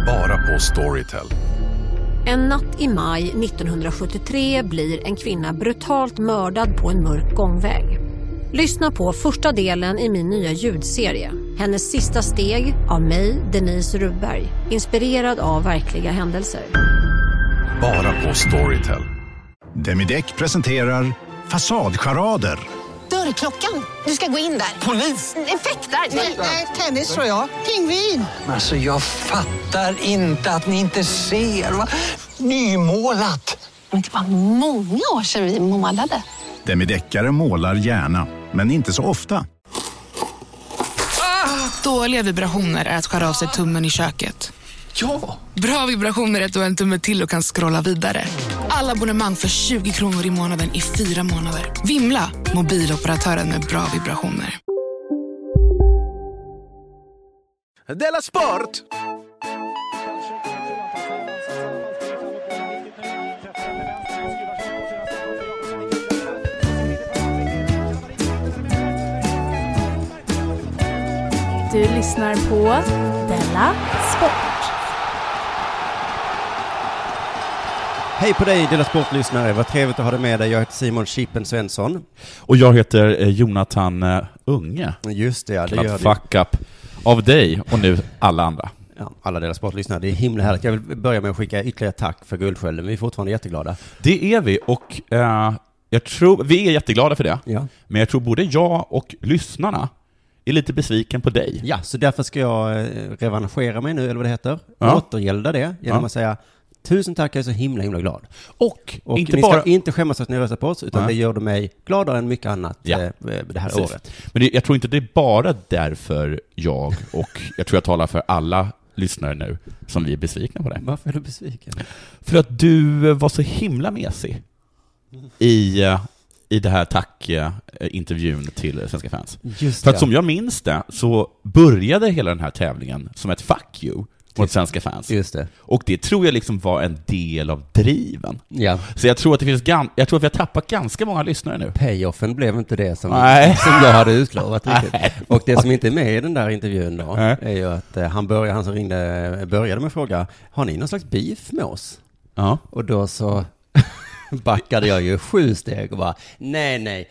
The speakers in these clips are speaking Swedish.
Bara på Storytel. En natt i maj 1973 blir en kvinna brutalt mördad på en mörk gångväg. Lyssna på första delen i min nya ljudserie. Hennes sista steg av mig, Denise Rubberg. Inspirerad av verkliga händelser. Bara på Storytel. Demideck presenterar Fasadcharader. Dörrklockan. Du ska gå in där. Polis? Effektar? Nej, tennis tror jag. Pingvin. Alltså jag fattar inte att ni inte ser. Va? Nymålat. Men det var många år sedan vi målade. Demideckare målar gärna, men inte så ofta. Dåliga vibrationer är att skära av sig tummen i köket. Ja! Bra vibrationer är att du har en tumme till och kan scrolla vidare. Alla abonnemang för 20 kronor i månaden i 4 månader. Vimla! Mobiloperatören med bra vibrationer. Della Sport! Du lyssnar på Della Sport. Hej på dig, Della Sport-lyssnare. Vad trevligt att ha dig med dig. Jag heter Simon Chippen Svensson. Och jag heter Jonathan Unge. Just det, ja. Det gör fuck up av dig och nu alla andra. Ja, alla Della Sport-lyssnare. Det är himla härligt. Jag vill börja med att skicka ytterligare tack för guldskölden. Vi är fortfarande jätteglada. Det är vi, och jag tror vi är jätteglada för det. Ja. Men jag tror både jag och lyssnarna är lite besviken på dig. Ja, så därför ska jag revanschera mig nu, eller vad det heter. Ja. Återgälda det genom att säga tusen tack, jag är så himla glad. Och inte ni bara... ska inte skämmas att ni röstar på oss, utan det gör mig gladare än mycket annat det här Precis. året. Men jag tror inte det är bara därför jag tror jag talar för alla lyssnare nu som vi är besvikna på det. Varför är du besviken? För att du var så himla mesig i det här intervjun till Svenska fans. Just för att det. som jag minns det så började hela den här tävlingen som ett fuck you mot Svenska fans. Just det. Och det tror jag liksom var en del av driven. Ja. Så jag tror att jag tror att vi har tappat ganska många lyssnare nu. Payoffen blev inte det som jag hade utlovat. Och det som inte är med i den där intervjun då är ju att han som ringde började med att fråga: har ni någon slags beef med oss? Ja. Och då så backade jag ju 7 steg och bara nej.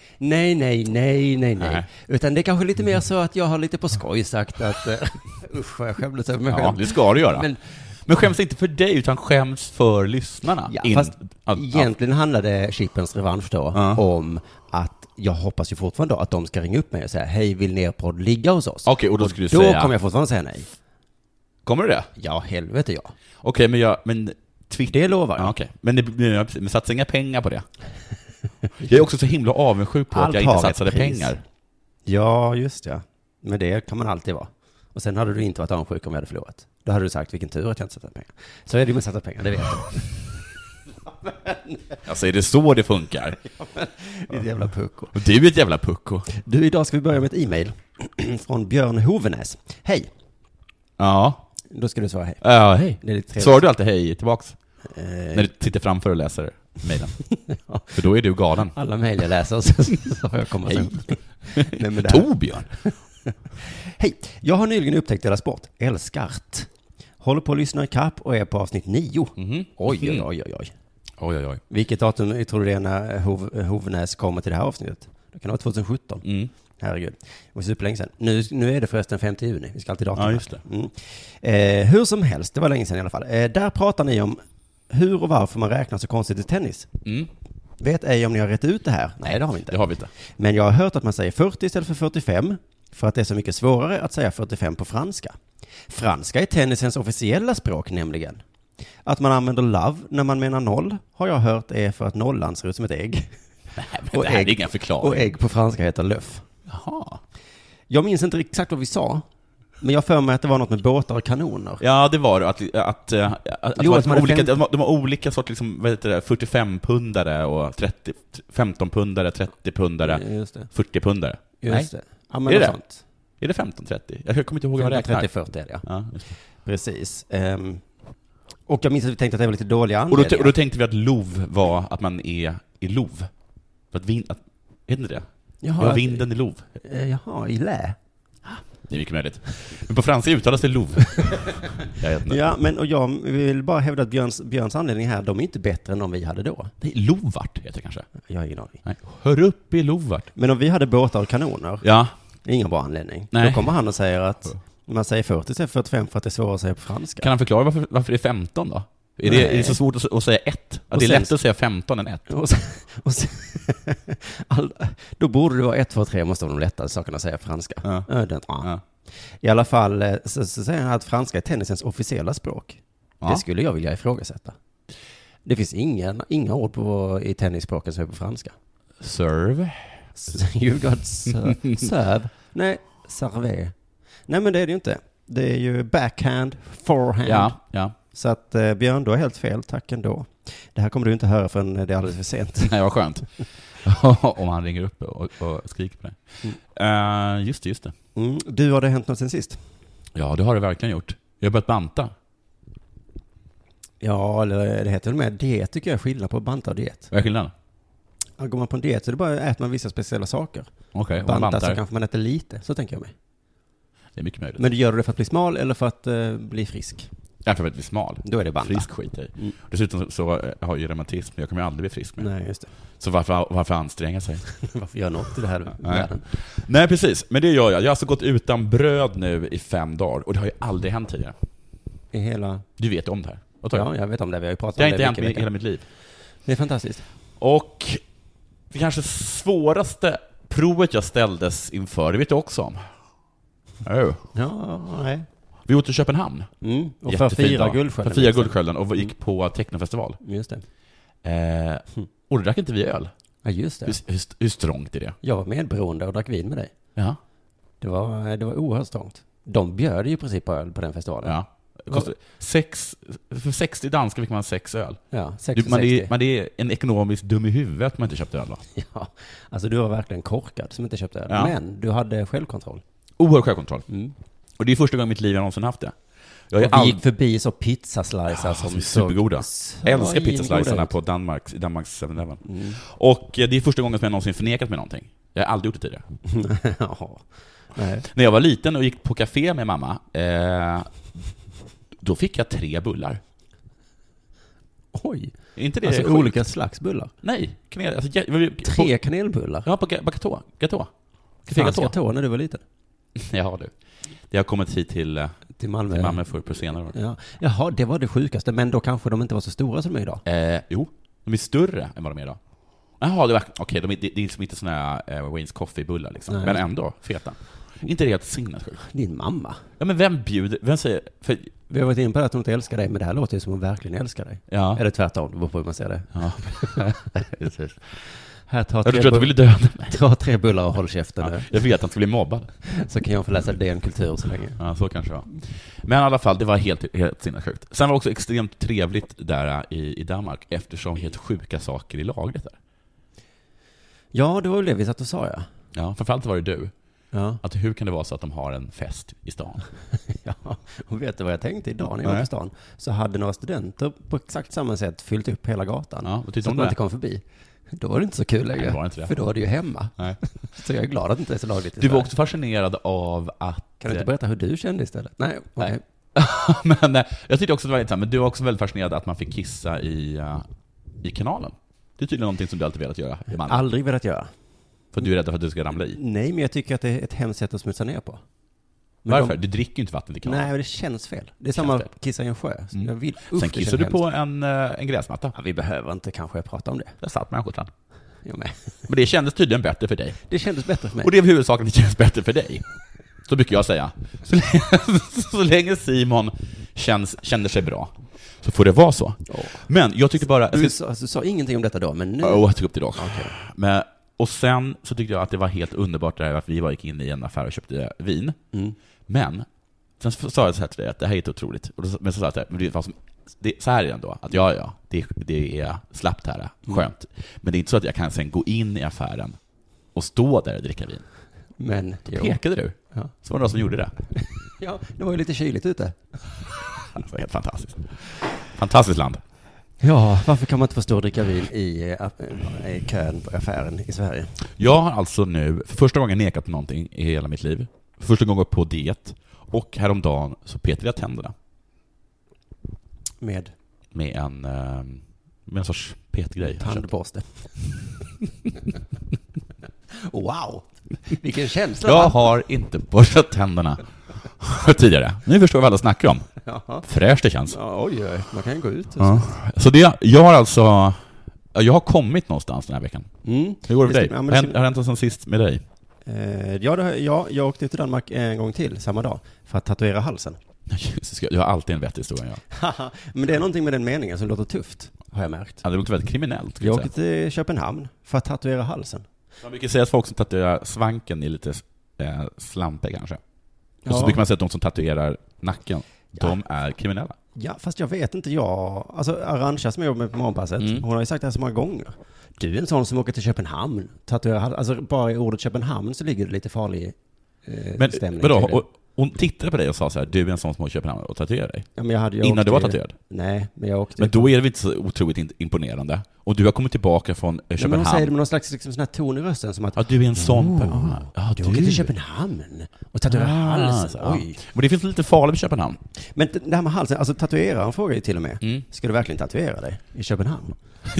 Utan det är kanske lite mer så att jag har lite på skoj sagt att usch, jag skämdes över mig själv. Ja, det ska du göra. Men skäms inte för dig utan skäms för lyssnarna. Ja, fast egentligen handlade Chippens revansch då om att jag hoppas ju fortfarande då att de ska ringa upp mig och säga: hej, vill ni er podd ligga hos oss? Okej, och då skulle du säga... Då kommer jag fortfarande säga nej. Kommer du det? Ja, helvete ja. Okej, men det lovar jag. Ja, okej. Men satsa inga pengar på det. Jag är också så himla avundsjuk på att jag inte satsade pengar. Ja, just det. Men det kan man alltid vara. Och sen hade du inte varit avundsjuk om jag hade förlorat. Då hade du sagt vilken tur att jag inte satsade pengar. Så är det med satsa pengar, det vet jag. Alltså är det så det funkar? Det är ett jävla pucko. Och du är ett jävla pucko. Du, idag ska vi börja med ett e-mail från Björn Hovenäs. Hej. Ja. Då ska du svara hej. Ja, hej. Svarar du alltid hej tillbaks? När du sitter framför och läser mejlen. Ja. För då är du galen. Alla mejl jag läser så har jag kommit sen. Torbjörn. Hej, jag har nyligen upptäckt Della Sport. Älskart. Håller på att lyssna i kapp och är på avsnitt 9. Mm-hmm. Oj. Vilket datum tror du det är när Hovenäs kommer till det här avsnittet? Det kan vara 2017. Herregud. Det var superlänge sedan. Nu är det förresten 5 juni. Vi ska alltid datum. Ja, just det. Hur som helst, det var länge sedan i alla fall. Där pratar ni om hur och varför man räknar så konstigt i tennis. Vet ej om ni har rätt ut det här? Nej, det har vi inte. Det har vi inte. Men jag har hört att man säger 40 istället för 45 för att det är så mycket svårare att säga 45 på franska. Franska är tennisens officiella språk nämligen. Att man använder love när man menar 0 har jag hört är för att nollan ser ut som ett ägg. Nej, men det här är inga förklaring. Och ägg på franska heter löff. Jaha. Jag minns inte exakt vad vi sa, men jag för mig att det var något med båtar och kanoner. Ja, det var det. Att de var olika sorts liksom, vad heter det, 45-pundare och 15-pundare, 30-pundare, 40-pundare. Just det. Ja, men är det sånt. Är det 15-30? Jag kommer inte ihåg vad jag räknar. 30-40 är det, ja. Just det. Precis. Och jag minns att vi tänkte att det var lite dåliga och då tänkte vi att lov var att man är i lov. För att är det inte det? Jaha, vinden i lov. Jaha, i lä. Det är mycket möjligt. Men på franska uttalas det Louvre. Jag vet inte. Ja, men och jag vill bara hävda att Björns anledning här, de är inte bättre än de vi hade då. Det är Lovart heter det kanske. Jag har ingen aning. Nej. Hör upp i Lovart. Men om vi hade båtar och kanoner, ja. Ingen bra anledning. Nej. Då kommer han och säger att man säger 40 istället för 45 för att det är svårare att säga på franska. Kan han förklara varför det är 15 då? Är det så svårt att säga 1? Det är lätt att säga 15 än 1. Då borde det vara 1, 2, 3 måste vara de lättaste sakerna att säga på franska. Ja. Ja. I alla fall så säger han att franska är tennisens officiella språk. Ja. Det skulle jag vilja ifrågasätta. Det finns inga ord i tennisspråken som är på franska. Serve. You got serve. Nej, serve. Nej, men det är det ju inte. Det är ju backhand, forehand. Ja. Så att Björn, du har helt fel. Tack ändå. Det här kommer du inte höra förrän det är alldeles för sent. Nej, vad skönt. Om han ringer upp och skriker på dig. Just det. Du, har det hänt något sen sist? Ja, det har det verkligen gjort. Jag har börjat banta. Ja, eller det heter väl med diet, tycker jag är skillnad på banta och diet. Vad är skillnaden? Går man på en diet så är det bara att äta man vissa speciella saker. Okej, banta så kanske man äter lite, så tänker jag mig. Det är mycket möjligt. Men du gör det för att bli smal eller för att bli frisk? Jag för att bli smal. Då är det banta. Frisk skit i. Dessutom så har jag ju reumatism. Jag kommer ju aldrig bli frisk med. Nej, just det. Så varför anstränga sig? Varför göra något i det här världen? Nej, precis. Men det gör jag. Jag har alltså gått utan bröd nu i 5 dagar. Och det har ju aldrig hänt tidigare. I hela... Du vet om det här? Ja, jag vet om det. Vi har ju pratat om det. Det har inte hänt i hela mitt liv. Det är fantastiskt. Och det kanske svåraste provet jag ställdes inför, det vet du också om. Ja, nej. Vi åkte till Köpenhamn. Och för 4 guldskölden. För 4 guldskölden och gick på technofestival. Just det. Och då drack inte vi öl. Ja, just det. Hur strångt är det? Jag var medberoende och drack vin med dig. Ja. Det var oerhört strångt. De bjöd ju i princip på öl på den festivalen. Ja. För 60 danskar fick man 6 öl. Ja, 60. Man är en ekonomiskt dum i huvudet att man inte köpte öl då. Ja, alltså du var verkligen korkad som inte köpte öl. Ja. Men du hade självkontroll. Oerhört självkontroll. Och det är första gången i mitt liv jag någonsin haft det. Vi gick förbi så pizzaslicer som supergoda. Jag älskar pizzaslicerna på Danmarks 7-Eleven. Och det är första gången som jag någonsin förnekat mig någonting. Jag har aldrig gjort det tidigare. Nej. När jag var liten och gick på café med mamma, då fick jag 3 Oj. Är inte det alltså sjukt? Olika slags bullar? Nej. 3 kanelbullar? Ja, på Gatå. Fanns Gatå när du var liten? Ja, du. Det har kommit hit till Malmö för på senare år. Ja. Jaha, det var det sjukaste. Men då kanske de inte var så stora som de är idag. Jo, de är större än vad de är idag. Jaha, det är liksom inte såna här Wayne's Coffee-bullar liksom. Nej. Men ändå, feta. Inte det helt sinnessjukt? Din mamma. Ja, men vem säger... För... Vi har varit inne på att hon inte älskar dig, men det här låter ju som hon verkligen älskar dig. Ja. Eller tvärtom, det beror på hur man ser det. Ja, precis. Här, jag tror att du ville döda mig. Ta 3 bullar och håll käften nu. Jag vet att han ska bli mobbad. Så kan jag få läsa DN Kultur så länge. Ja, så kanske var. Men i alla fall, det var helt sinnessjukt. Sen var det också extremt trevligt där i Danmark, eftersom helt sjuka saker i lagret där. Ja, det var väl det vi satt och sa, ja. Ja, framförallt var det du. Ja. Att hur kan det vara så att de har en fest i stan? Ja, och vet du vad jag tänkte idag när jag var på stan? Så hade några studenter på exakt samma sätt fyllt upp hela gatan. Ja, och så att man inte kom förbi. Då var det inte så kul längre. Nej, det var inte det. För då var det ju hemma. Nej. Så jag är glad att det inte är så lagligt i Du var Sverige. också fascinerad av att... Kan du inte berätta hur du kände istället? Nej. Okay. Men jag tyckte också det var intressant. Men du var också väldigt fascinerad att man fick kissa i kanalen. Det är tydligen någonting som du alltid velat göra i Malmö. Aldrig velat göra. För du är rädd för att du ska ramla i? Nej, men jag tycker att det är ett hemskt sätt att smutsa ner på. Men varför? Du dricker ju inte vatten i kanalen. Nej, det känns fel. Det är samma att kissa i en sjö. Jag vill, sen kissar du på en gräsmatta. Ja, vi behöver inte kanske prata om det. Jag satt med skjortan. Men det kändes tydligen bättre för dig. Det kändes bättre för mig. Och det är huvudsaken att det känns bättre för dig. Så brukar jag säga. Så länge Simon känner sig bra, så får det vara så. Men jag tyckte bara... Du sa ingenting om detta då, men nu... jag tog upp det då. Okay. Men, och sen så tyckte jag att det var helt underbart där att vi gick in i en affär och köpte vin. Men sen sa jag så här till dig att det här är inte otroligt. Men så sa jag att så här är det ändå. Att det är slappt här. Skönt. Men det är inte så att jag kan sen gå in i affären och stå där och dricka vin. Men då pekade du. Ja. Så var det någon som gjorde det. Ja, det var ju lite kyligt ute. Det var helt fantastiskt. Fantastiskt land. Ja, varför kan man inte få stå och dricka vin i kön på affären i Sverige? Jag har alltså nu för första gången nekat någonting i hela mitt liv. Första gången på diet. Och häromdagen så petade jag tänderna. Med en sorts petgrej. Tandborste. Wow. Vilken känsla. Jag har inte borstat tänderna tidigare. Nu förstår jag vad alla snackar om. Jaha. Fräscht det känns. Ja, oj, man kan ju gå ut. Ja. Så jag har kommit någonstans den här veckan. Hur går det för dig? Har det hänt sen sist med dig? Jag åkte till Danmark en gång till samma dag för att tatuera halsen. Du har alltid en vettig historia. Ja. Men det är någonting med den meningen som låter tufft, har jag märkt. Ja, det låter väldigt kriminellt. Jag åkte till Köpenhamn för att tatuera halsen. Man brukar säga att folk som tatuerar svanken är lite slampiga kanske. Och så brukar man säga att de som tatuerar nacken, de är kriminella. Ja, fast jag vet inte, alltså Arantxa som jag jobbar med på morgonpasset, hon har ju sagt det här så många gånger. Du är en sån som åker till Köpenhamn, tatuerar, alltså bara i ordet Köpenhamn så ligger det lite farlig stämning. Men hon tittade på dig och sa så här: du är en sån som åker till Köpenhamn och tatuerar dig. Ja, men innan du var tatuerad? Nej, men jag åkte. Men då är det inte så otroligt imponerande. Och du har kommit tillbaka från Köpenhamn. Men hon säger det med någon slags liksom, sån här ton i rösten som att ja, du är en sån. Du åker till Köpenhamn och tatuerar halsen. Oj. Men det finns lite farligt med Köpenhamn. Men det här med halsen, alltså tatueraren frågar ju till och med, ska du verkligen tatuera dig i Köpenhamn?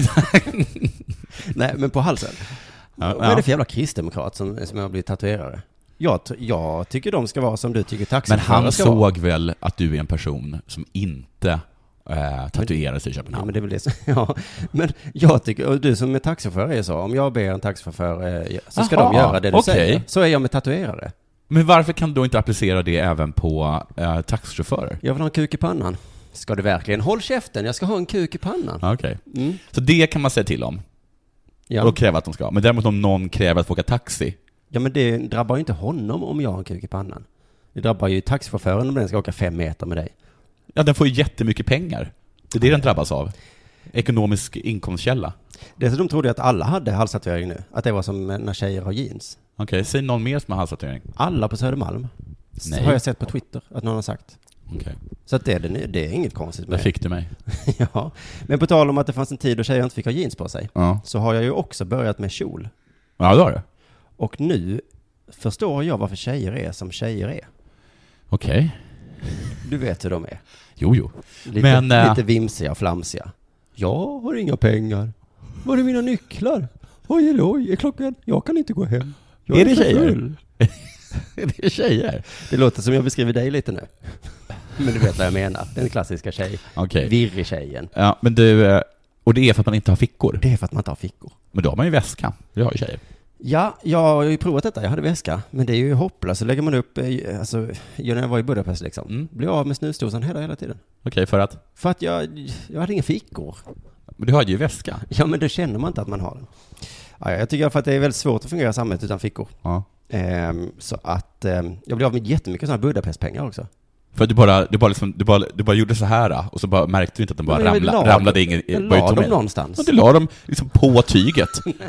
Nej, men på halsen. Vad är det för jävla kristdemokrat som har blivit tatuerare? Jag tycker de ska vara som du tycker taxiförare. Men han såg väl att du är en person som inte tatuerar sig i Köpenhamn. Ja, men det är väl det som, ja. Men jag tycker, och du som är taxiförare är så, om jag ber en taxichaufför så ska de göra det du säger. Så är jag med tatuerare. Men varför kan du då inte applicera det även på taxichaufförer? Jag vill ha en kuk i pannan. Ska du verkligen? Håll käften, jag ska ha en kuk i pannan. Okej. Så det kan man säga till om. Ja. Och kräva att de ska. Men däremot om någon kräver att få åka taxi. Ja, men det drabbar ju inte honom om jag har en kuk i pannan. Det drabbar ju taxichauffören om den ska åka 5 meter med dig. Ja, den får ju jättemycket pengar. Det är det den drabbas av. Ekonomisk inkomstkälla. Dessutom trodde jag att alla hade halstatuering nu. Att det var som när tjejer har jeans. Okej, säg någon mer som har halstatuering. Alla på Södermalm. Nej. Har jag sett på Twitter att någon har sagt. Okej. Så att det är inget konstigt med det. Fick du mig. Ja. Men på tal om att det fanns en tid då tjejer inte fick ha jeans på sig. Ja. Så har jag ju också börjat med kjol. Ja, det har du. Och nu förstår jag varför tjejer är som tjejer är. Okej. Du vet hur de är. Jo. Lite vimsiga och flamsiga. Jag har inga pengar. Var är mina nycklar? Oj, är klockan? Jag kan inte gå hem. Är det tjejer? Är det tjejer? Det låter som jag beskriver dig lite nu. Men du vet vad jag menar. Den klassiska tjej. Okay. Virrig tjejen. Ja, men du, och det är för att man inte har fickor? Det är för att man inte har fickor. Men då har man ju väska. Det har ju tjejer. Ja, jag har ju provat detta. Jag hade väska. Men det är ju hopplöst. Så lägger man upp, alltså, när jag var i Budapest liksom. Blir av med snusdosan hela tiden. Okej, för att? För att jag hade inga fickor. Men du har ju väska. Ja, men det känner man inte att man har den. Ja, jag tycker att det är väldigt svårt att fungera i samhället utan fickor. Ja. Så att jag blev av med jättemycket sådana Budapest-pengar också. För att du bara gjorde så här och så bara märkte du inte att den bara ramlade in. Jag la dem någonstans. Och du la dem liksom på tyget.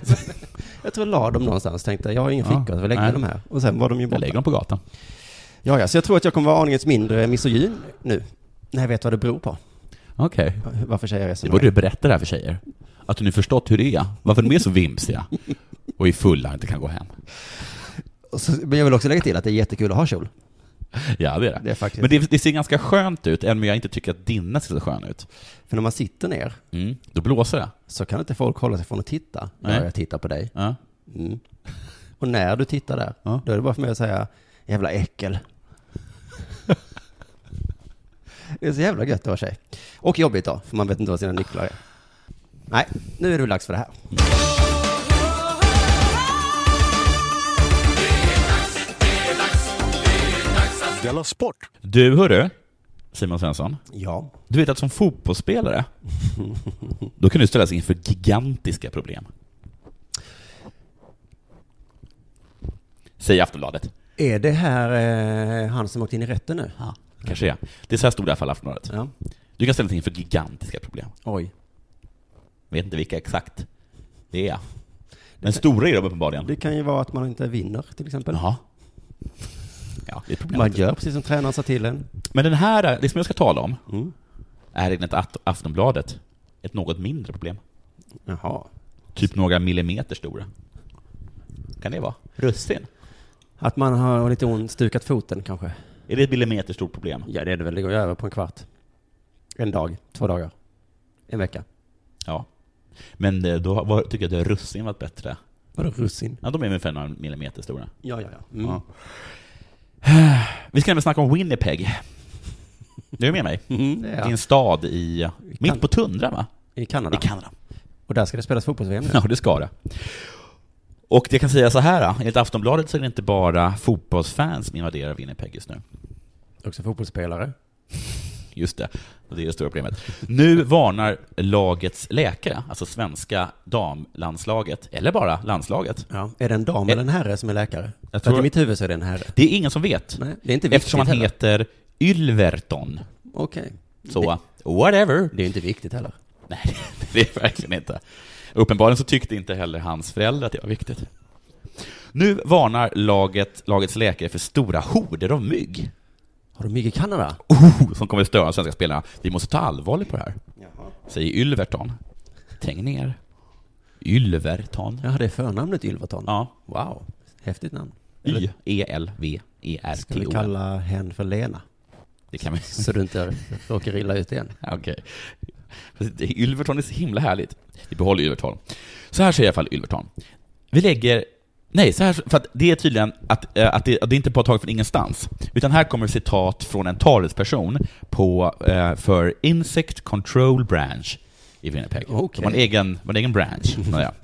Jag tror jag la dem någonstans. Tänkte jag har ingen fickor, så jag lägger dem här. Och sen var de ju borta. Jag lägger dem på gatan. Ja, så jag tror att jag kommer vara aningens mindre misogyn nu. När jag vet vad det beror på. Okej. Varför tjejer är så. Det borde du berätta det här för tjejer. Att du nu förstått hur det är. Varför de är så vimsiga. Och i fulla inte kan gå hem. Men jag vill också lägga till att det är jättekul att ha kjol. Ja, det är det. Det är faktiskt. Men det ser ganska skönt ut, även om jag inte tycker att dina ser så skön ut. För när man sitter ner då blåser det. Så kan inte folk hålla sig från att titta när jag tittar på dig. Ja. Och när du tittar där, då är det bara för mig att säga jävla äckel. Det är så jävla gött att vara tjej. Och jobbigt då, för man vet inte vad sina nycklar är. Nej, nu är det dags för det här. Della Sport. Du, hörru, Simon Svensson. Ja. Du vet att som fotbollsspelare då kan du ställas inför gigantiska problem. Säg Aftonbladet. Är det här han som åkt in i rätten nu? Ja, kanske är. Det är så här stod det i alla fall Aftonbladet. Ja. Du kan ställas inför gigantiska problem. Oj. Vet inte vilka exakt det är. Den stora är de uppenbarligen. Det kan ju vara att man inte vinner, till exempel. Jaha. Ja, det är problem. Man gör precis som tränaren sa till en. Men den här, det som jag ska tala om är enligt Aftonbladet ett något mindre problem. Jaha. Typ några millimeter stora. Kan det vara? Russin? Att man har lite ont, stukat foten kanske. Är det ett millimeterstort problem? Ja, det är det väl. Det går över på en kvart. En dag, 2 dagar. En vecka. Ja. Men då tycker jag att russin var bättre. Vadå russin? Ja, de är ungefär några millimeter stora. Ja. Ja. Vi ska även snacka om Winnipeg. Du är med mig? Ja. Det är en stad mitt på tundran, va? I Kanada. Och där ska det spelas fotbolls-VM nu. Ja, det ska det. Och det kan säga så här, enligt Aftonbladet så är det inte bara fotbollsfans som invaderar Winnipeg just nu. Också fotbollsspelare. Just det, och det är det stora problemet. Nu varnar lagets läkare, alltså svenska damlandslaget, eller bara landslaget. Ja. Är det en dam eller en herre som är läkare? Jag tror att i mitt huvud så är det en herre. Det är ingen som vet. Nej, det är inte viktigt. Eftersom han heter Ylverton. Okej. Så, whatever. Det är inte viktigt heller. Nej, det är verkligen inte. Uppenbarligen så tyckte inte heller hans föräldrar att det var viktigt. Nu varnar lagets läkare för stora horder av mygg. Har de mygg i Kanada? Som kommer att störa svenska spelarna. Vi måste ta allvarligt på det här. Jaha. Säger Ylverton. Tänk ner. Ylverton. Ja, det är förnamnet Ylverton. Ja. Wow, häftigt namn. Y-E-L-V-E-R-T-O. Ska vi kalla hen för Lena? Det kan vi. Så du inte råkar illa ut igen. Okej. Ylverton är så himla härligt. Vi behåller Ylverton. Så här säger i alla fall Ylverton. Vi lägger... Nej, så här, för att det är tydligen att det är inte bara taget från ingenstans. Utan här kommer citat från en talesperson för Insect Control Branch i Winnipeg. Okay. De har en egen branch.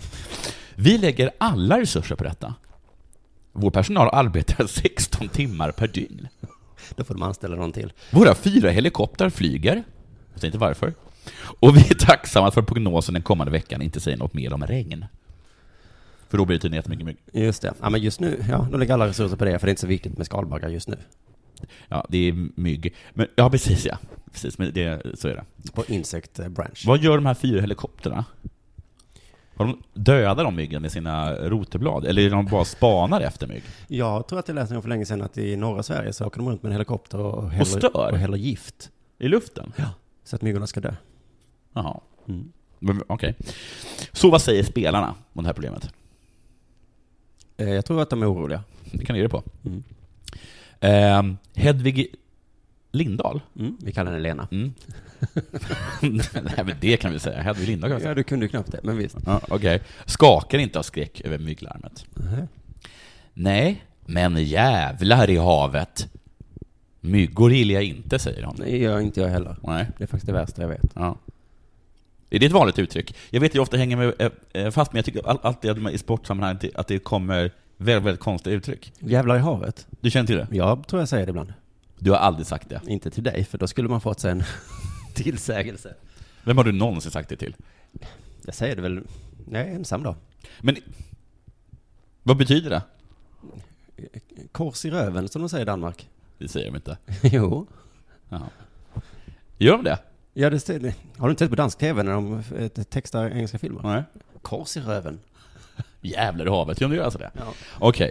Vi lägger alla resurser på detta. Vår personal arbetar 16 timmar per dygn. Då får de anställa någon till. Våra 4 helikoptrar flyger. Jag vet inte varför. Och vi är tacksamma för prognosen den kommande veckan inte säger något mer om regn. För då blir det tydligen jättemycket mygg. Just det. Ja, men just nu, då lägger alla resurser på det, för det är inte så viktigt med skalbaggar just nu. Ja, det är mygg. Men, ja, precis, ja. Precis, men så är det. På Insect Branch. Vad gör de här 4 helikopterna? Har de dödar de myggen med sina roterblad? Eller är de bara spanar efter mygg? Jag tror att jag läste för länge sedan att i norra Sverige så åker de runt med en helikopter och häller gift. I luften? Ja, så att myggorna ska dö. Jaha. Okej. Så vad säger spelarna om det här problemet? Jag tror att de är oroliga. Det kan jag ge det på. Hedvig Lindahl. Vi kallar henne Lena. Nej, men det kan vi säga. Hedvig Lindahl kan vi säga. Ja, du kunde ju knappt det, men visst. Ja, okej. Skakar inte av skräck över mygglarmet. Nej, men jävlar i havet. Myggor gillar jag inte, säger hon. Nej, gör inte jag heller. Nej. Det är faktiskt det värsta jag vet. Ja. Är det ett vanligt uttryck? Jag vet att jag ofta hänger med fast, men jag tycker alltid i sportsammanhang att det kommer väldigt, väldigt konstiga uttryck. Jävlar i havet. Du känner till det? Jag tror jag säger det ibland. Du har aldrig sagt det? Inte till dig, för då skulle man fått sig en tillsägelse. Vem har du någonsin sagt det till? Jag säger det väl, jag är ensam då. Men vad betyder det? Kors i röven, som de säger i Danmark. Det säger de inte. Jo. Jaha. Gör de det? Ja, det har du inte sett på dansk tv när de textar engelska filmer? Nej. Kors i röven. Jävlar i havet, gör de alltså det? Ja. Okej.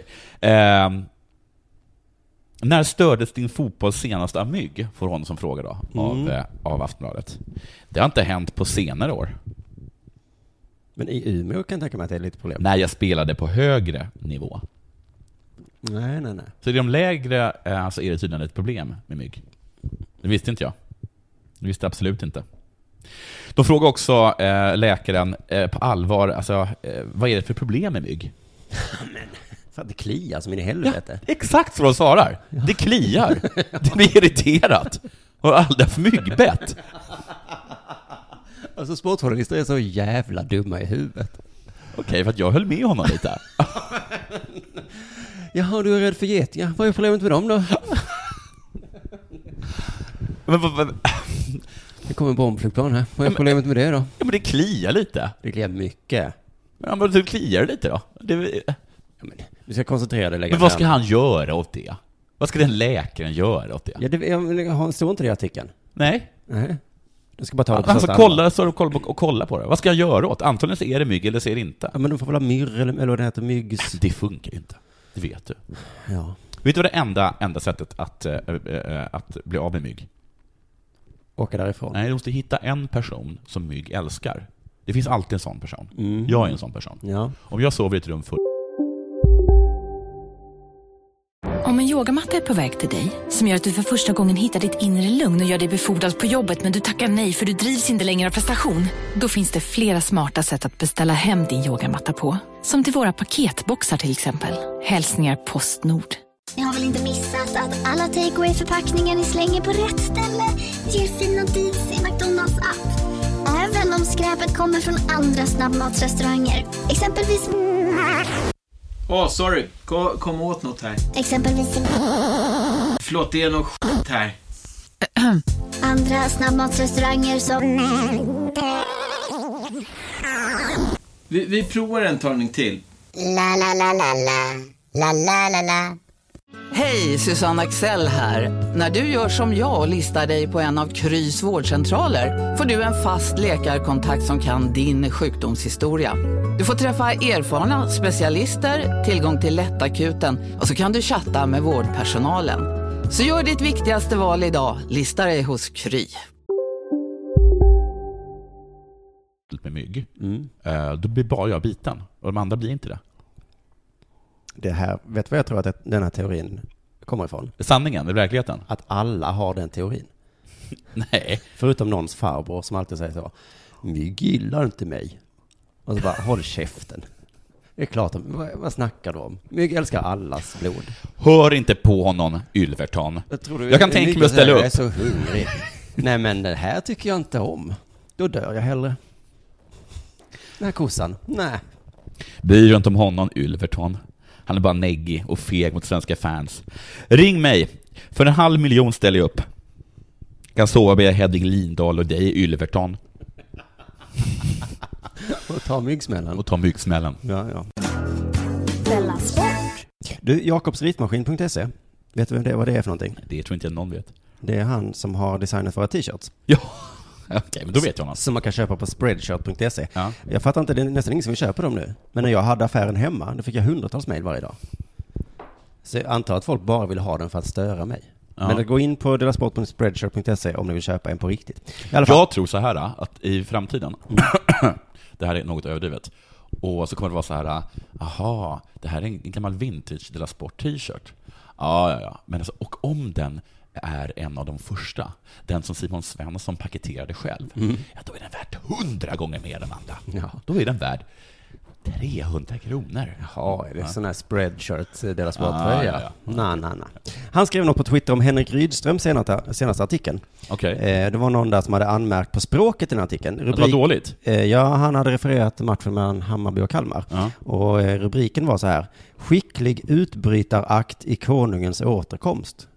När stördes din fotboll senast av mygg? Får hon som fråga då, av Aftonbladet. Det har inte hänt på senare år. Men i Umeå kan jag tänka mig att det är lite problem. När jag spelade på högre nivå. Nej. Så i de lägre så är det tydligen ett problem med mygg. Det visste inte jag. Det visste absolut inte. De frågar också läkaren på allvar, alltså, vad är det för problem med mygg? Men, för att det kliar som in i helvete. Ja, exakt så de svarar. Ja. Det kliar. Det blir irriterat. Och aldrig haft myggbett. Alltså sportjournalister är så jävla dumma i huvudet. Okej, för att jag höll med honom lite. Jaha, du är rädd för getingar. Vad är problemet med dem då? Men det kommer en bombflygplan här. Vad är problemet med det då? Ja, men det kliar lite. Det kliar mycket. Ja, men det kliar lite då. Du ska koncentrera dig. Men vad ska han göra åt det? Vad ska den läkaren göra åt det? Ja, står inte det i artikeln? Nej. Du ska bara ta det på han ska kolla på det. Vad ska jag göra åt? Antagligen så är det mygg eller så är det inte. Ja, men de får väl ha myrr eller vad det heter, myggs... Det funkar ju inte. Det vet du. Ja. Vet du vad det enda sättet att bli av med mygg? Åka därifrån. Nej, du måste hitta en person som mygg älskar. Det finns alltid en sån person. Jag är en sån person. Ja. Om jag sover i ett rum full Om en yogamatta är på väg till dig, som gör att du för första gången hittar ditt inre lugn och gör dig befordrad på jobbet men du tackar nej för du drivs inte längre av prestation. Då finns det flera smarta sätt att beställa hem din yogamatta på. Som till våra paketboxar till exempel. Hälsningar Postnord. Ni har väl inte missat att alla takeaway-förpackningar ni slänger på rätt ställe ger fina deals i McDonalds app. Även om skräpet kommer från andra snabbmatsrestauranger. Exempelvis... sorry. Kom åt något här. Exempelvis... Förlåt, det är något skit här. Andra snabbmatsrestauranger som... Vi provar en talning till. La la la la la. La la la la. Hej, Susanne Axel här. När du gör som jag och listar dig på en av Krys vårdcentraler får du en fast läkarkontakt som kan din sjukdomshistoria. Du får träffa erfarna specialister, tillgång till lättakuten och så kan du chatta med vårdpersonalen. Så gör ditt viktigaste val idag, lista dig hos Kry. Med mygg, då blir bara jag biten och de andra blir inte det. Det här, vet du vad jag tror att den här teorin kommer ifrån? Sanningen, i verkligheten? Att alla har den teorin. Nej. Förutom någons farbror som alltid säger så. Mygg gillar inte mig. Och så bara, håll käften. Det är klart, vad snackar du om? Mygg älskar allas blod. Hör inte på honom, Ylverton. Jag kan tänka mig att ställa upp. Jag är så hungrig. Nej, men det här tycker jag inte om. Då dör jag hellre. Den här kossan, nej. Bryr inte om honom, Ylverton. Han är bara neggig och feg mot svenska fans. Ring mig. För 500 000 ställer jag upp. Kan sova med Hedvig Lindahl och dig, Ylverton. Och ta myggsmällen. Ja. Du, Jakobsritmaskin.se. Vet du vad det är för någonting? Det tror inte jag någon vet. Det är han som har designat våra t-shirts. Ja. Okej, men då vet jag något. Som man kan köpa på spreadshirt.se. Ja. Jag fattar inte, det är nästan ingen som vill köpa dem nu. Men när jag hade affären hemma, då fick jag hundratals mejl varje dag. Så jag antar att folk bara vill ha den för att störa mig. Ja. Men gå in på delasport.spreadshirt.se om ni vill köpa en på riktigt. Jag tror så här att i framtiden, det här är något överdrivet, och så kommer det vara så här, aha, det här är en gammal vintage Delasport t-shirt. Ja. Men alltså, och om den är en av de första, den som Simon Svensson paketerade själv, då är den värd 100 gånger mer än andra. Ja. Då är den värd 300 kronor. Jaha, är det sån här spreadshirt deras sporttröja? Nej. Han skrev något på Twitter om Henrik Rydström senaste artikeln. Okay. Det var någon där som hade anmärkt på språket i den artikeln. Det var dåligt? Ja, han hade refererat matchen mellan Hammarby och Kalmar. Och rubriken var så här: skicklig utbrytarakt i konungens återkomst.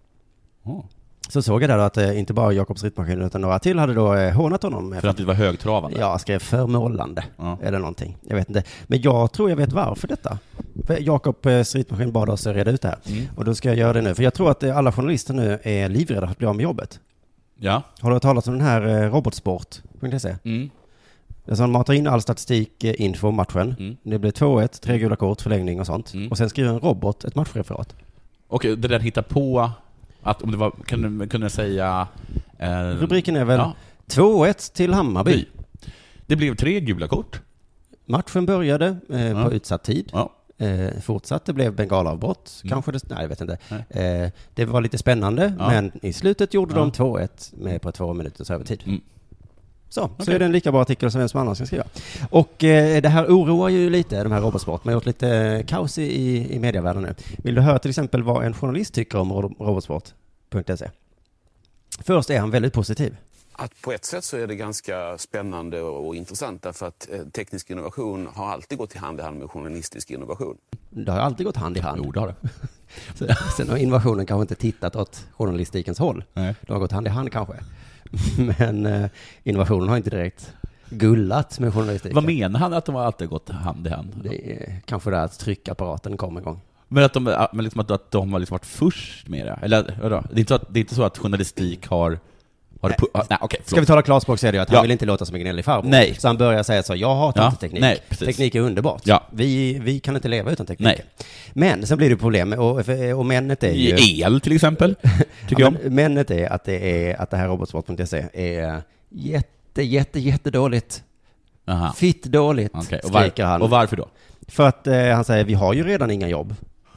Så såg jag där att inte bara Jakobs Rittmaskin utan några till hade då hånat honom. För att det var högtravande? Ja, skrev förmålande eller någonting. Jag vet inte. Men jag tror jag vet varför detta. För Jakobs Rittmaskin bad oss reda ut det här. Och då ska jag göra det nu. För jag tror att alla journalister nu är livrädda för att bli av med jobbet. Ja. Har du hört talat om den här robotsport.se? Alltså han matar in all statistik info om matchen. Det blir 2-1, 3 gula kort, förlängning och sånt. Och sen skriver en robot ett matchreferat. Okej, det där hittar på att om det var, kunde säga rubriken är väl 2-1 till Hammarby. Det blev 3 gula kort. Matchen började på utsatt tid. Fortsatte, blev bengalavbrott. Kanske det, nej, jag vet inte. Det var lite spännande, men i slutet gjorde de 2-1 med på 2 minuters övertid. Så är det en lika bra artikel som vem som annan ska skriva. Och det här oroar ju lite, de här robotsport. Man har gjort lite kaos i medievärlden nu. Vill du höra till exempel vad en journalist tycker om robotsport.se? Först är han väldigt positiv. Att på ett sätt så är det ganska spännande och intressant därför att teknisk innovation har alltid gått hand i hand med journalistisk innovation. Det har alltid gått hand i hand. Jo, det har det. Sen har innovationen kanske inte tittat åt journalistikens håll. Nej. Det har gått hand i hand kanske. Men innovationen har inte direkt gullat med journalistiken. Vad menar han att de har alltid gått hand i hand? Det är kanske det att tryckapparaten kom en gång. Men att de har liksom varit först med det? Eller vadå? Det är inte så att journalistik har nej, okay, ska vi tala klarspråk så är det ju att han vill inte låta som en gnällig farbror. Nej. Så han börjar säga så, jag hatar inte teknik. Nej, teknik är underbart. Ja. Vi kan inte leva utan teknik. Nej. Men sen blir det problem och männet är ju... El till exempel, tycker jag. Männet är att det här robotsport.se är jättedåligt. Aha. Fitt dåligt, okay. skriker han. Och varför då? För att han säger, vi har ju redan inga jobb.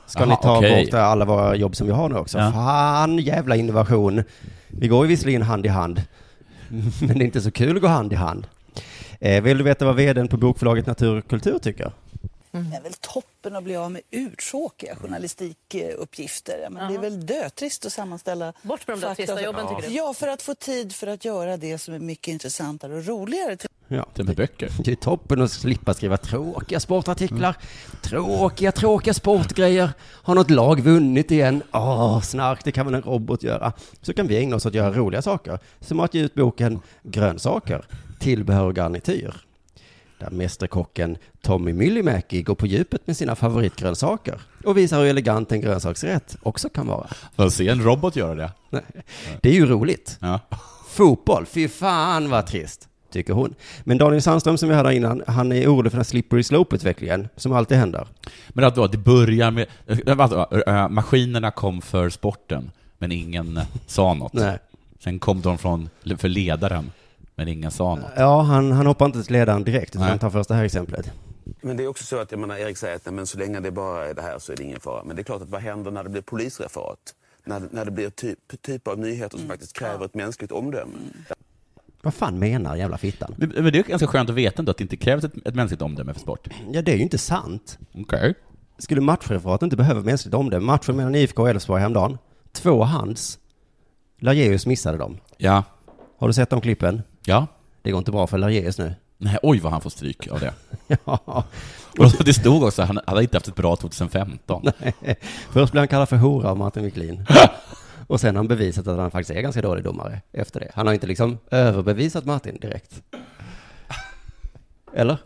Ska ni ta bort alla våra jobb som vi har nu också? Ja. Fan, jävla innovation. Vi går ju visserligen hand i hand. Men det är inte så kul att gå hand i hand. Vill du veta vad vdn på bokförlaget Natur och Kultur tycker? Det är väl toppen att bli av med uttråkiga journalistikuppgifter. Men det är väl dötrist att sammanställa... Bort med de där trista jobben, tycker du? Ja, för att få tid för att göra det som är mycket intressantare och roligare. Ja, det med böcker. Det är toppen att slippa skriva tråkiga sportartiklar. Tråkiga sportgrejer. Har något lag vunnit igen? Snark, det kan väl en robot göra. Så kan vi ägna oss åt att göra roliga saker. Som att ge ut boken Grönsaker, tillbehör och garnityr. Där mästerkocken Tommy Myllymäki går på djupet med sina favoritgrönsaker och visar hur elegant en grönsaksrätt också kan vara. Får se en robot göra det. Nej. Det är ju roligt. Ja. Fotboll, fy fan vad trist, tycker hon. Men Daniel Sandström som vi hade innan, han är orolig för den slippery slope-utvecklingen som alltid händer. Men att då, det börjar med... maskinerna kom för sporten, men ingen sa något. Nej. Sen kom de för ledaren, men ingen sa något. Ja, han hoppar inte till ledaren direkt, utan han tar först det här exemplet. Men det är också så att Erik säger att men så länge det bara är det här så är det ingen fara. Men det är klart att vad händer när det blir polisreferat? När det blir typ av nyheter som faktiskt kräver ett mänskligt omdöme. Vad fan menar jävla fittan? Men det är ganska skönt att veta ändå att det inte krävs ett mänskligt omdöme för sport. Ja, det är ju inte sant. Okej. Skulle matchreferat inte behöva mänskligt omdöme? Matchen mellan IFK och Elfsborg häromdagen. 2 hands. Lageus missade dem. Ja. Har du sett de klippen? Ja. Det går inte bra för Lageus nu. Nej, oj vad han får stryk av det. Ja. Och det stod också, han hade inte haft ett bra 2015. Nej. Först blev han kallad för hora av Martin Wiklin. Och sen har han bevisat att han faktiskt är ganska dålig domare efter det. Han har inte liksom överbevisat Martin direkt. Eller?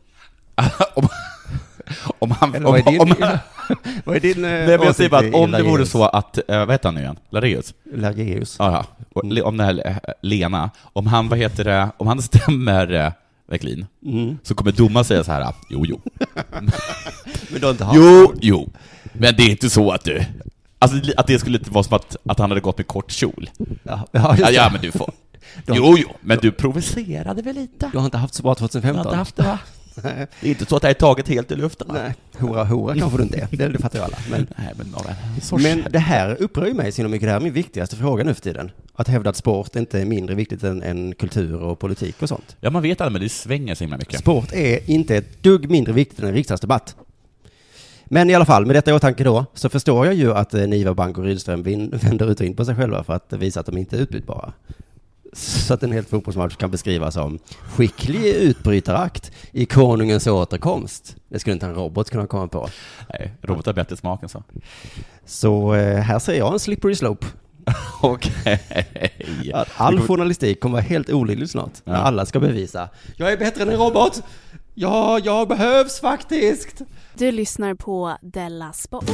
Vad är din jag säger bara att om det vore så att, vad heter han nu igen? Lageus. Ja. Om det här Lena, om han stämmer Wiklin, så kommer domaren säga så här: jo. Men då inte jo. Men det är inte så att du... Alltså att det skulle inte vara som att han hade gått med kort kjol. Ja, men du får... Jo, men du provocerade väl lite? Du har inte haft så bra 2015. Du har inte haft det, va? Det är inte så att det är taget helt i luften. Nej, hora kanske du inte är. Det fattar ju alla. Men det här upprör ju mig så mycket. Det här är min viktigaste fråga nu för tiden. Att hävda att sport inte är mindre viktigt än kultur och politik och sånt. Ja, man vet aldrig, men det svänger så himla mycket. Sport är inte ett dugg mindre viktigt än en riksdagsdebatt. Men i alla fall, med detta i åtanke då, så förstår jag ju att Niva Bank och Rydström vänder ut och in på sig själva för att visa att de inte är utbytbara. Så att en helt fotbollsmatch kan beskrivas som skicklig utbrytarakt i konungens återkomst. Det skulle inte en robot kunna komma på. Nej, robot har bättre smak än så. Så här ser jag en slippery slope. Okej. Att all journalistik kommer vara helt olidlig snart. När alla ska bevisa: jag är bättre än en robot. Ja, jag behövs faktiskt. Du lyssnar på Della Sport.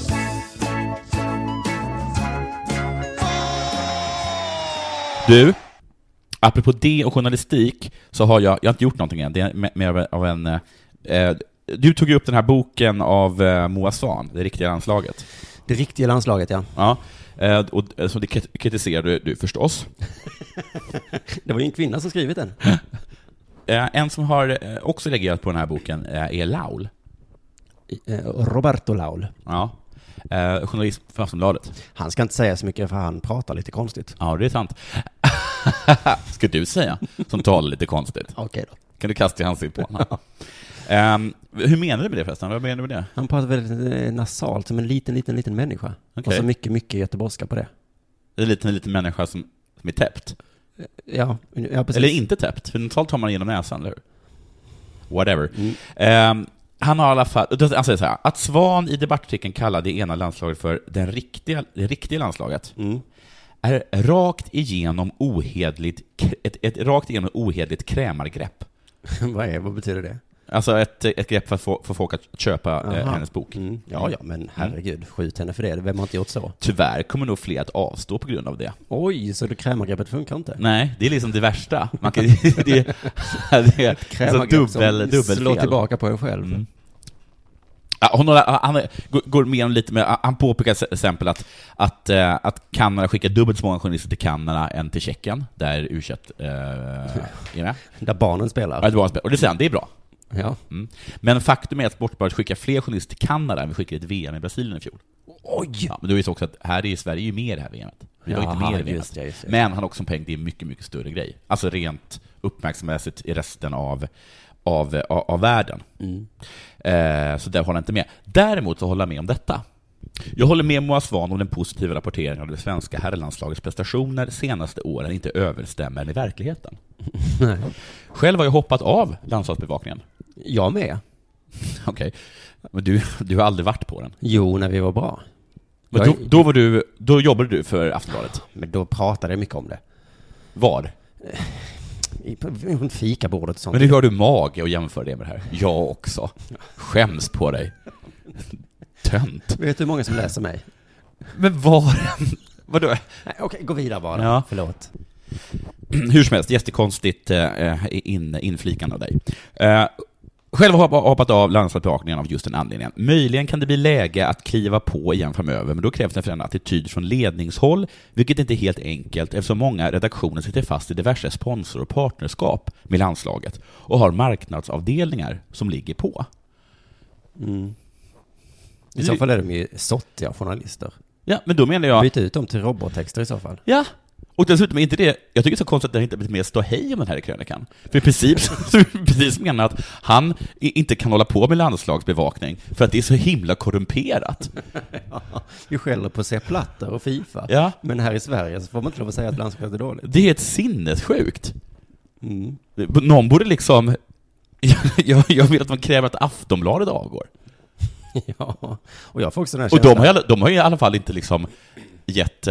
Du, apropå det och journalistik, så har jag har inte gjort någonting än. Det är mer av en... du tog ju upp den här boken av Moa Svahn, Det riktiga landslaget. Det riktiga landslaget, ja. Ja, och så det kritiserar du förstås. Det var ju en kvinna som skrivit den. En som har också reagerat på den här boken är Laul. Roberto Laul. Ja. Journalist för Aftonbladet. Han ska inte säga så mycket för han pratar lite konstigt. Ja, det är sant. Ska du säga som talar lite konstigt? Okej då. Kan du kasta i ansiktet på honom? Hur menar du med det förresten? Vad menar du med det? Han pratar väldigt nasalt som en liten människa. Okay. Och så mycket göteborgska på det. Det är en liten människa som är täppt. Ja, precis. Eller inte täppt. För nasalt har man genom näsan, eller hur? Whatever. Han har i alla fall, han säger så här, att Svahn i debattartikeln kallar det ena landslaget för det riktiga landslaget är rakt igenom ett rakt igenom ohedligt krämargrepp. Vad betyder det? Alltså ett grepp för att få folk att köpa hennes bok. Ja, men herregud, skjut henne för det. Vem har inte gjort så? Tyvärr kommer nog fler att avstå på grund av det. Oj, så det krämargreppet funkar inte? Nej, det är liksom det värsta. Man kan, det är dubbel slå tillbaka på en själv. Han går med lite med, han påpekar till exempel att Kanada skickar dubbelt så många journalister till Kanada än till Tjeckien, där U21 är med. Där barnen spelar. Ja, och det säger han, det är bra. Ja. Mm. Men faktum är att Sportbladet skickar fler journalister till Kanada än vi skickade ett VM i Brasilien i fjol. Oj! Ja, men då är det så också att här i Sverige är ju med i det här VMet. Vi var inte med i VMet. Just det. Men han har också en poäng, det är en mycket, mycket större grej. Alltså rent uppmärksamhetsmässigt i resten av världen. Så där håller jag inte med. Däremot så håller jag med om detta. Jag håller med Moa Svahn om den positiva rapporteringen av det svenska herrlandslagets prestationer senaste åren inte överstämmer med verkligheten. Nej. Själv har jag hoppat av landslagsbevakningen. Jag med. Okej. Men du har aldrig varit på den? Jo, när vi var bra. Men då jobbade du för Aftonbladet? Men då pratade jag mycket om det. Var? I fikabordet och sånt. Men nu har du mage att jämföra det med det här. Jag också. Skäms på dig. Tönt. Vet du hur många som läser mig? Men vadå? Nej, okej, gå vidare bara. Ja. Förlåt. Hur som helst, jättekonstigt inflikande av dig. Själv har jag hoppat av landslagsbevakningen av just den anledningen. Möjligen kan det bli läge att kliva på igen framöver, men då krävs det en förändrad attityd från ledningshåll, vilket inte är helt enkelt eftersom många redaktioner sitter fast i diverse sponsor- och partnerskap med landslaget och har marknadsavdelningar som ligger på. I så fall är de ju sottiga journalister. Ja, men då menar jag... Byt ut dem till robottexter i så fall. Ja, och dessutom är inte det... Jag tycker det är så konstigt att det inte blivit mer ståhej om den här krönikan. För precis menar att han inte kan hålla på med landslagsbevakning för att det är så himla korrumperat. Ja, vi skäller på Sepp Blatter och FIFA. Ja. Men här i Sverige så får man inte lov att säga att landslaget är dåligt. Det är ett sinnessjukt. Någon borde liksom... Jag vill att man kräver att Aftonbladet avgår. Ja, och jag får också den här känslan. Och de har ju i alla fall inte liksom gett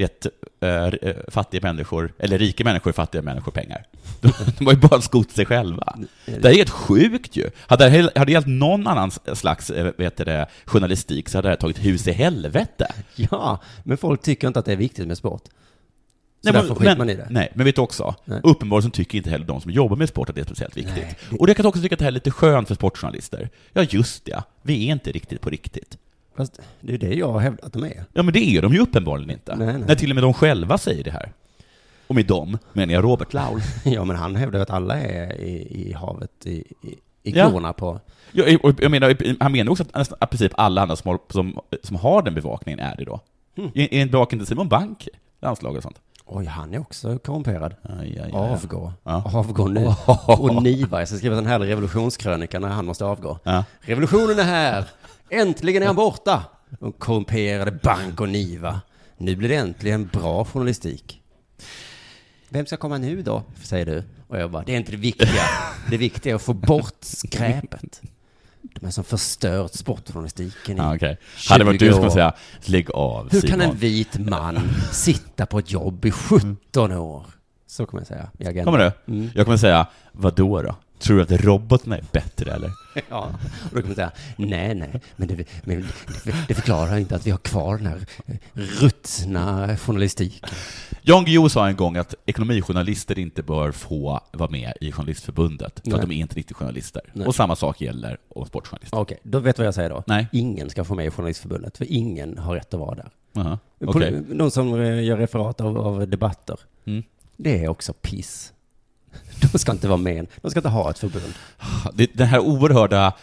fattiga människor, eller rika människor, fattiga människor pengar. De har ju bara skott sig själva. Det är helt sjukt ju. Hade det gällt någon annan slags journalistik så hade det tagit hus i helvete. Ja, men folk tycker inte att det är viktigt med sport. Så därför skiter man i det. Nej, men vet du också, uppenbarligen tycker inte heller de som jobbar med sport att det är speciellt viktigt. Nej. Och jag kan också tycka att det här är lite skönt för sportjournalister. Ja, just det. Vi är inte riktigt på riktigt. Fast det är det jag har hävdat att de är. Ja, men det är de ju uppenbarligen inte. Nej. När till och med de själva säger det här. Och med dem menar jag Robert Laul. Ja, men han hävdar att alla är i havet i klorna på... Ja, jag menar, han menar också att precis alla andra som har den bevakningen är det då. Är en bevakning till Simon Bank, landslag och sånt. Oj, han är också korrumperad. Avgå. Avgå nu. Och Niva, jag ska skriva en härlig revolutionskrönika när han måste avgå. Ja. Revolutionen är här. Äntligen är han borta. De korrumperade Bank och Niva. Nu blir det äntligen bra journalistik. Vem ska komma nu då, säger du? Och jag bara, det är inte det viktiga. Det viktiga är att få bort skräpet. De är som förstört sportjournalistiken i okay. Hade varit du skulle säga, lägg av, hur Simon. kan en vit man sitta på ett jobb i 17 år? Så kommer jag säga i agenten. Kommer du? Jag kommer säga, vadå då? Tror du att robotarna är bättre, eller? Ja, och då kommer jag säga, nej, men det förklarar inte att vi har kvar den här ruttna journalistiken. Jan Guillou sa en gång att ekonomijournalister inte bör få vara med i Journalistförbundet, för att de är inte riktigt journalister. Nej. Och samma sak gäller om sportjournalister. Okej, då vet du vad jag säger då. Nej. Ingen ska få med i Journalistförbundet, för ingen har rätt att vara där. Okay. De som gör referat av debatter, det är också piss. De ska inte vara med. De ska inte ha ett förbund. Den här oerhörda...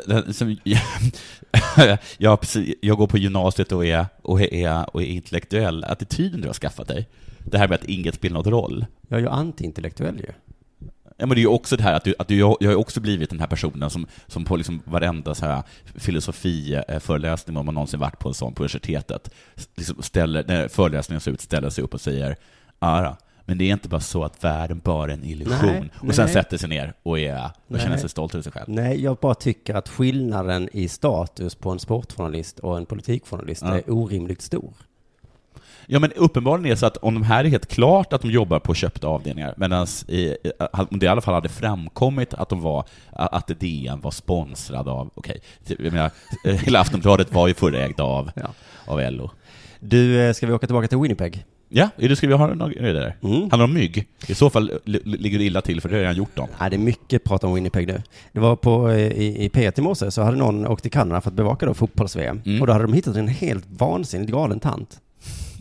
jag går på gymnasiet och är intellektuell. Attityden du har skaffat dig. Det här med att inget spelar någon roll. Jag är ju anti-intellektuell ju. Ja, men det är ju också det här att jag har också blivit den här personen som på liksom varenda så här filosofiföreläsning om man någonsin varit på en sån på universitetet liksom när föreläsningen ser ut ställer sig upp och säger men det är inte bara så att världen bara är en illusion. Och sen sätter sig ner och känner sig stolt över sig själv. Nej, jag bara tycker att skillnaden i status på en sportjournalist och en politikjournalist är orimligt stor. Ja, men uppenbarligen är det så att om de här är helt klart att de jobbar på köpta avdelningar, medan om det i alla fall hade framkommit att DN var sponsrad av, jag menar, hela Aftonbladet var ju förägd av LO. Du, ska vi åka tillbaka till Winnipeg? Ja, ska vi ha något där? Handlar det om mygg? I så fall ligger det illa till, för det har jag gjort dem. Nej, det är mycket prat om Winnipeg nu. Det var i P1 i morse så hade någon åkt till Kanada för att bevaka då fotbolls-VM. Och då hade de hittat en helt vansinnigt galen tant.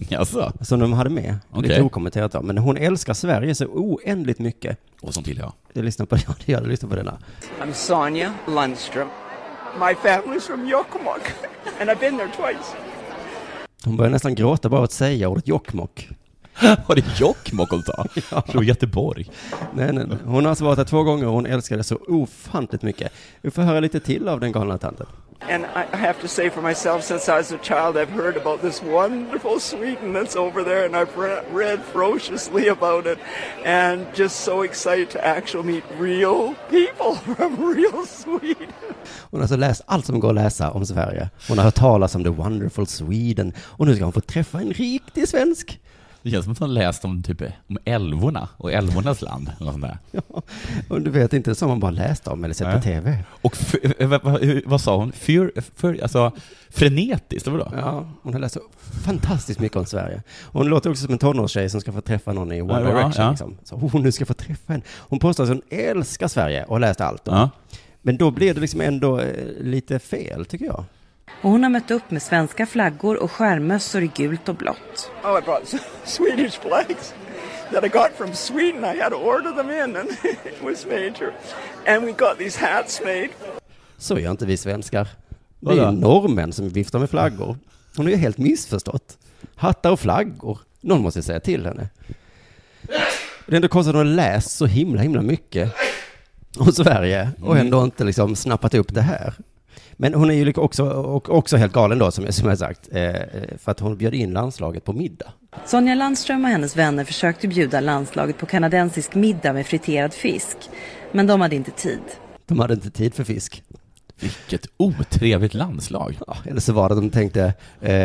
Alltså. Som de hade med. Okay. Lite okommenterat då. Men hon älskar Sverige så oändligt mycket. Och sånt vill jag. Jag lyssnar på det. Jag lyssnar på denna. I'm Sonja Lundström. My family's from Jokkmokk. And I've been there twice. Hon börjar nästan gråta bara att säga ordet Jokkmokk. Var det Jokkmokk hon sa? Ja. Från Göteborg. Nej. Hon har alltså varit där 2 gånger och hon älskar det så ofantligt mycket. Vi får höra lite till av den galna tanten. And I have to say for myself, since I was a child, I've heard about this wonderful Sweden that's over there, and I've read ferociously about it, and just so excited to actually meet real people from real Sweden. Hon har alltså läst allt som går att läsa om Sverige. Hon har hört talas om the wonderful Sweden, och nu ska hon få träffa en riktig svensk. Det känns som att hon läst om älvorna och älvornas land. Eller sånt där. Ja, och du vet inte som man bara läst om eller sett på tv. Och vad sa hon? Alltså frenetiskt, eller vadå? Ja, hon har läst så fantastiskt mycket om Sverige. Hon låter också som en tonårstjej som ska få träffa någon i One Direction. Liksom. Så hon nu ska få träffa en. Hon påstår att hon älskar Sverige och har läst allt. Ja. Men då blir det liksom ändå lite fel, tycker jag. Och hon har mött upp med svenska flaggor och skärmössor i gult och blått. Oh, I brought Swedish flags that I got from Sweden. I had to order them in, and it was major. And we got these hats made. Så gör inte vi svenskar. Det är norrmän som viftar med flaggor. Hon är ju helt missförstått. Hattar och flaggor. Någon måste säga till henne. Det är ändå konstigt att hon har läst så himla mycket om Sverige och ändå inte liksom snappat upp det här. Men hon är ju också helt galen då, som jag sagt, för att hon bjöd in landslaget på middag. Sonja Lundström och hennes vänner försökte bjuda landslaget på kanadensisk middag med friterad fisk. Men de hade inte tid. De hade inte tid för fisk. Vilket otrevligt landslag. Ja, eller så var det de tänkte,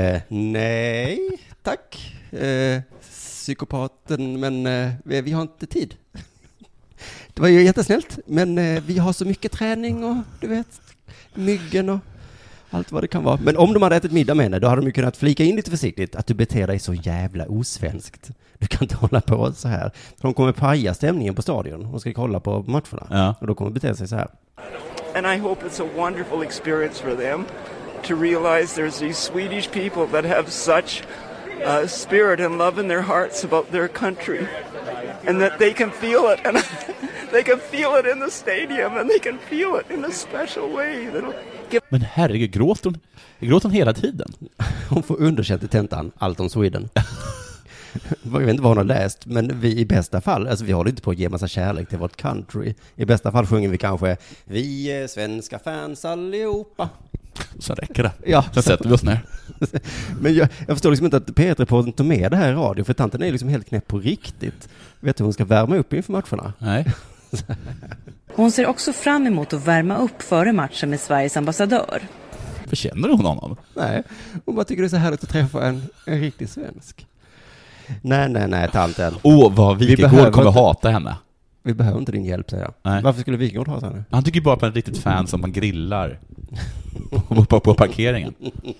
nej, tack, psykopaten, men vi har inte tid. Det var ju jättesnällt, men vi har så mycket träning och du vet, myggen och allt vad det kan vara. Men om de hade ätit middag med henne, då hade de ju kunnat flika in lite försiktigt att du beter dig så jävla osvenskt. Du kan inte hålla på så här. För de kommer paja stämningen på stadion. De ska kolla på matcherna. Ja. Och då kommer de bete sig så här. And I hope it's a wonderful experience for them to realize there's these Swedish people that have such spirit and love in their hearts about their country. And that they can feel it, and they can feel it in the stadium, and they can feel it in a special way. Men herregud, gråter hon hela tiden? Hon får underkänt i tentan, allt om Sweden. Jag vet inte vad hon har läst, men vi i bästa fall, alltså vi håller inte på att ge massa kärlek till vårt country. I bästa fall sjunger vi kanske, vi är svenska fans allihopa. Så räcker det. Ja. Så sätter vi oss ner. Men jag förstår liksom inte att P1-reporten tog med det här i radio, för tanten är liksom helt knäpp på riktigt. Vet du hur hon ska värma upp inför matcherna? Nej. Hon ser också fram emot att värma upp före matchen med Sveriges ambassadör. Känner hon honom? Nej, hon bara tycker det är så härligt att träffa en riktig svensk. Nej, tanten. Vad Wikegård kommer hata henne. Vi behöver inte din hjälp, säger jag. Nej. Varför skulle Wikegård hata henne? Han tycker bara på en riktigt fan som man grillar på parkeringen.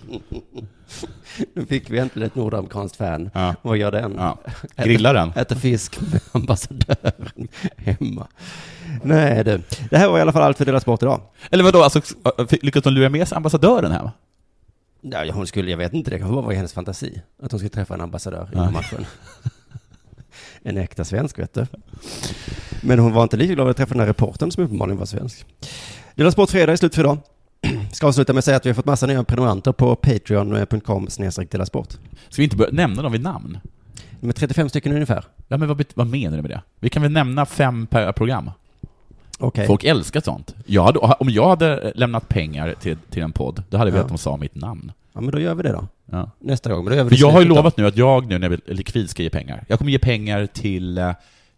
Nu fick vi äntligen ett nordamerikanskt fan. Ja. Vad gör den? Ja. Grillar den? Äter fisk med ambassadören hemma. Nej, det här var i alla fall allt för Della Sport idag. Eller vadå, alltså, lyckas hon lura med sig ambassadören hem? Ja, jag vet inte, det kan vara hennes fantasi. Att hon skulle träffa en ambassadör i matchen. En äkta svensk, vet du. Men hon var inte lika glad att träffa den här reportern som uppenbarligen var svensk. Della Sport fredag är slut för idag. Ska avsluta med att säga att vi har fått massa nya prenumeranter på patreon.com/delasport. Ska vi inte börja nämna dem vid namn? Med 35 stycken ungefär. Ja, men vad menar du med det? Vi kan väl nämna 5 per program. Okay. Folk älskar sånt. Om jag hade lämnat pengar till en podd, då hade vi att de sa mitt namn. Ja, men då gör vi det då. Ja. Nästa gång. Men då gör vi det. Jag har ju lovat nu att jag nu när jag blir likvid ska ge pengar. Jag kommer ge pengar till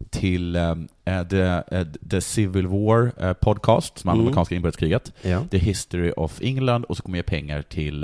The Civil War podcast, som handlar om amerikanska inbördeskriget. Ja. The History of England, och så kommer jag ge pengar till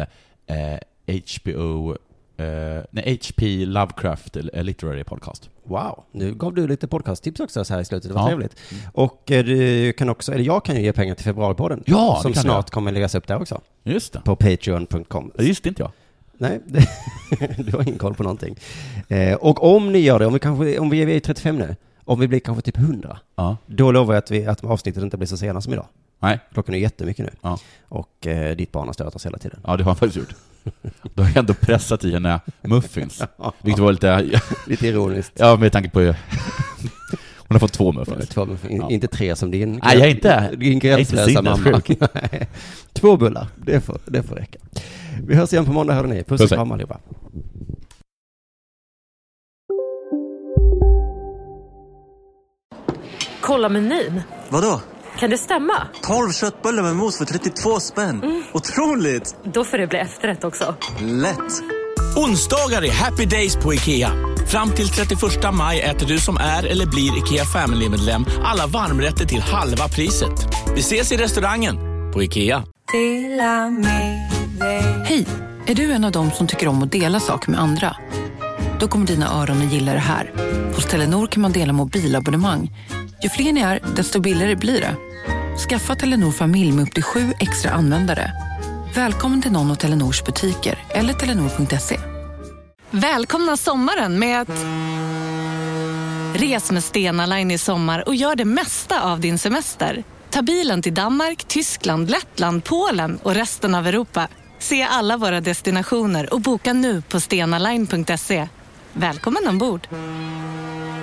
H.P. Lovecraft Literary Podcast. Wow, nu gav du lite podcasttips också så här i slutet, det var trevligt. Och du kan också, eller jag kan ju ge pengar till Februaripodden. Ja, som snart kommer läggas upp där också. Just det. På patreon.com. Just det, inte jag. Nej, du har ingen koll på någonting. Och om ni gör det, om vi är 35 nu, om vi blir kanske typ 100, då lovar jag att avsnittet inte blir så sena som idag. Nej. Klockan är jättemycket nu. Ja. Och ditt barn har stört oss hela tiden. Ja, det har han faktiskt gjort. Då har jag ändå pressat i henne muffins. Vilket var lite ironiskt. Ja, med tanke på... Hon har fått 2 muffins. Inte 3 som din. Nej, jag är inte. Din gränslösa mamma. 2 bullar, det får räcka. Vi hörs igen på måndag, hörde ni. Puss och kram allihopa. Kolla menyn. Vadå? Kan det stämma? 12 köttbullar med mos för 32 spänn. Otroligt! Då får det bli efterrätt också. Lätt! Onsdagar är happy days på IKEA. Fram till 31 maj äter du som är eller blir IKEA Family-medlem alla varmrätter till halva priset. Vi ses i restaurangen på IKEA. Hej, är du en av dem som tycker om att dela saker med andra? Då kommer dina öron att gilla det här. Hos Telenor kan man dela mobilabonnemang. Ju fler ni är, desto billigare blir det. Skaffa Telenor familj med upp till 7 extra användare. Välkommen till någon av Telenors butiker eller telenor.se. Välkomna sommaren med att... Res med Stena Line i sommar och gör det mesta av din semester. Ta bilen till Danmark, Tyskland, Lettland, Polen och resten av Europa. Se alla våra destinationer och boka nu på stenaline.se. Välkommen ombord!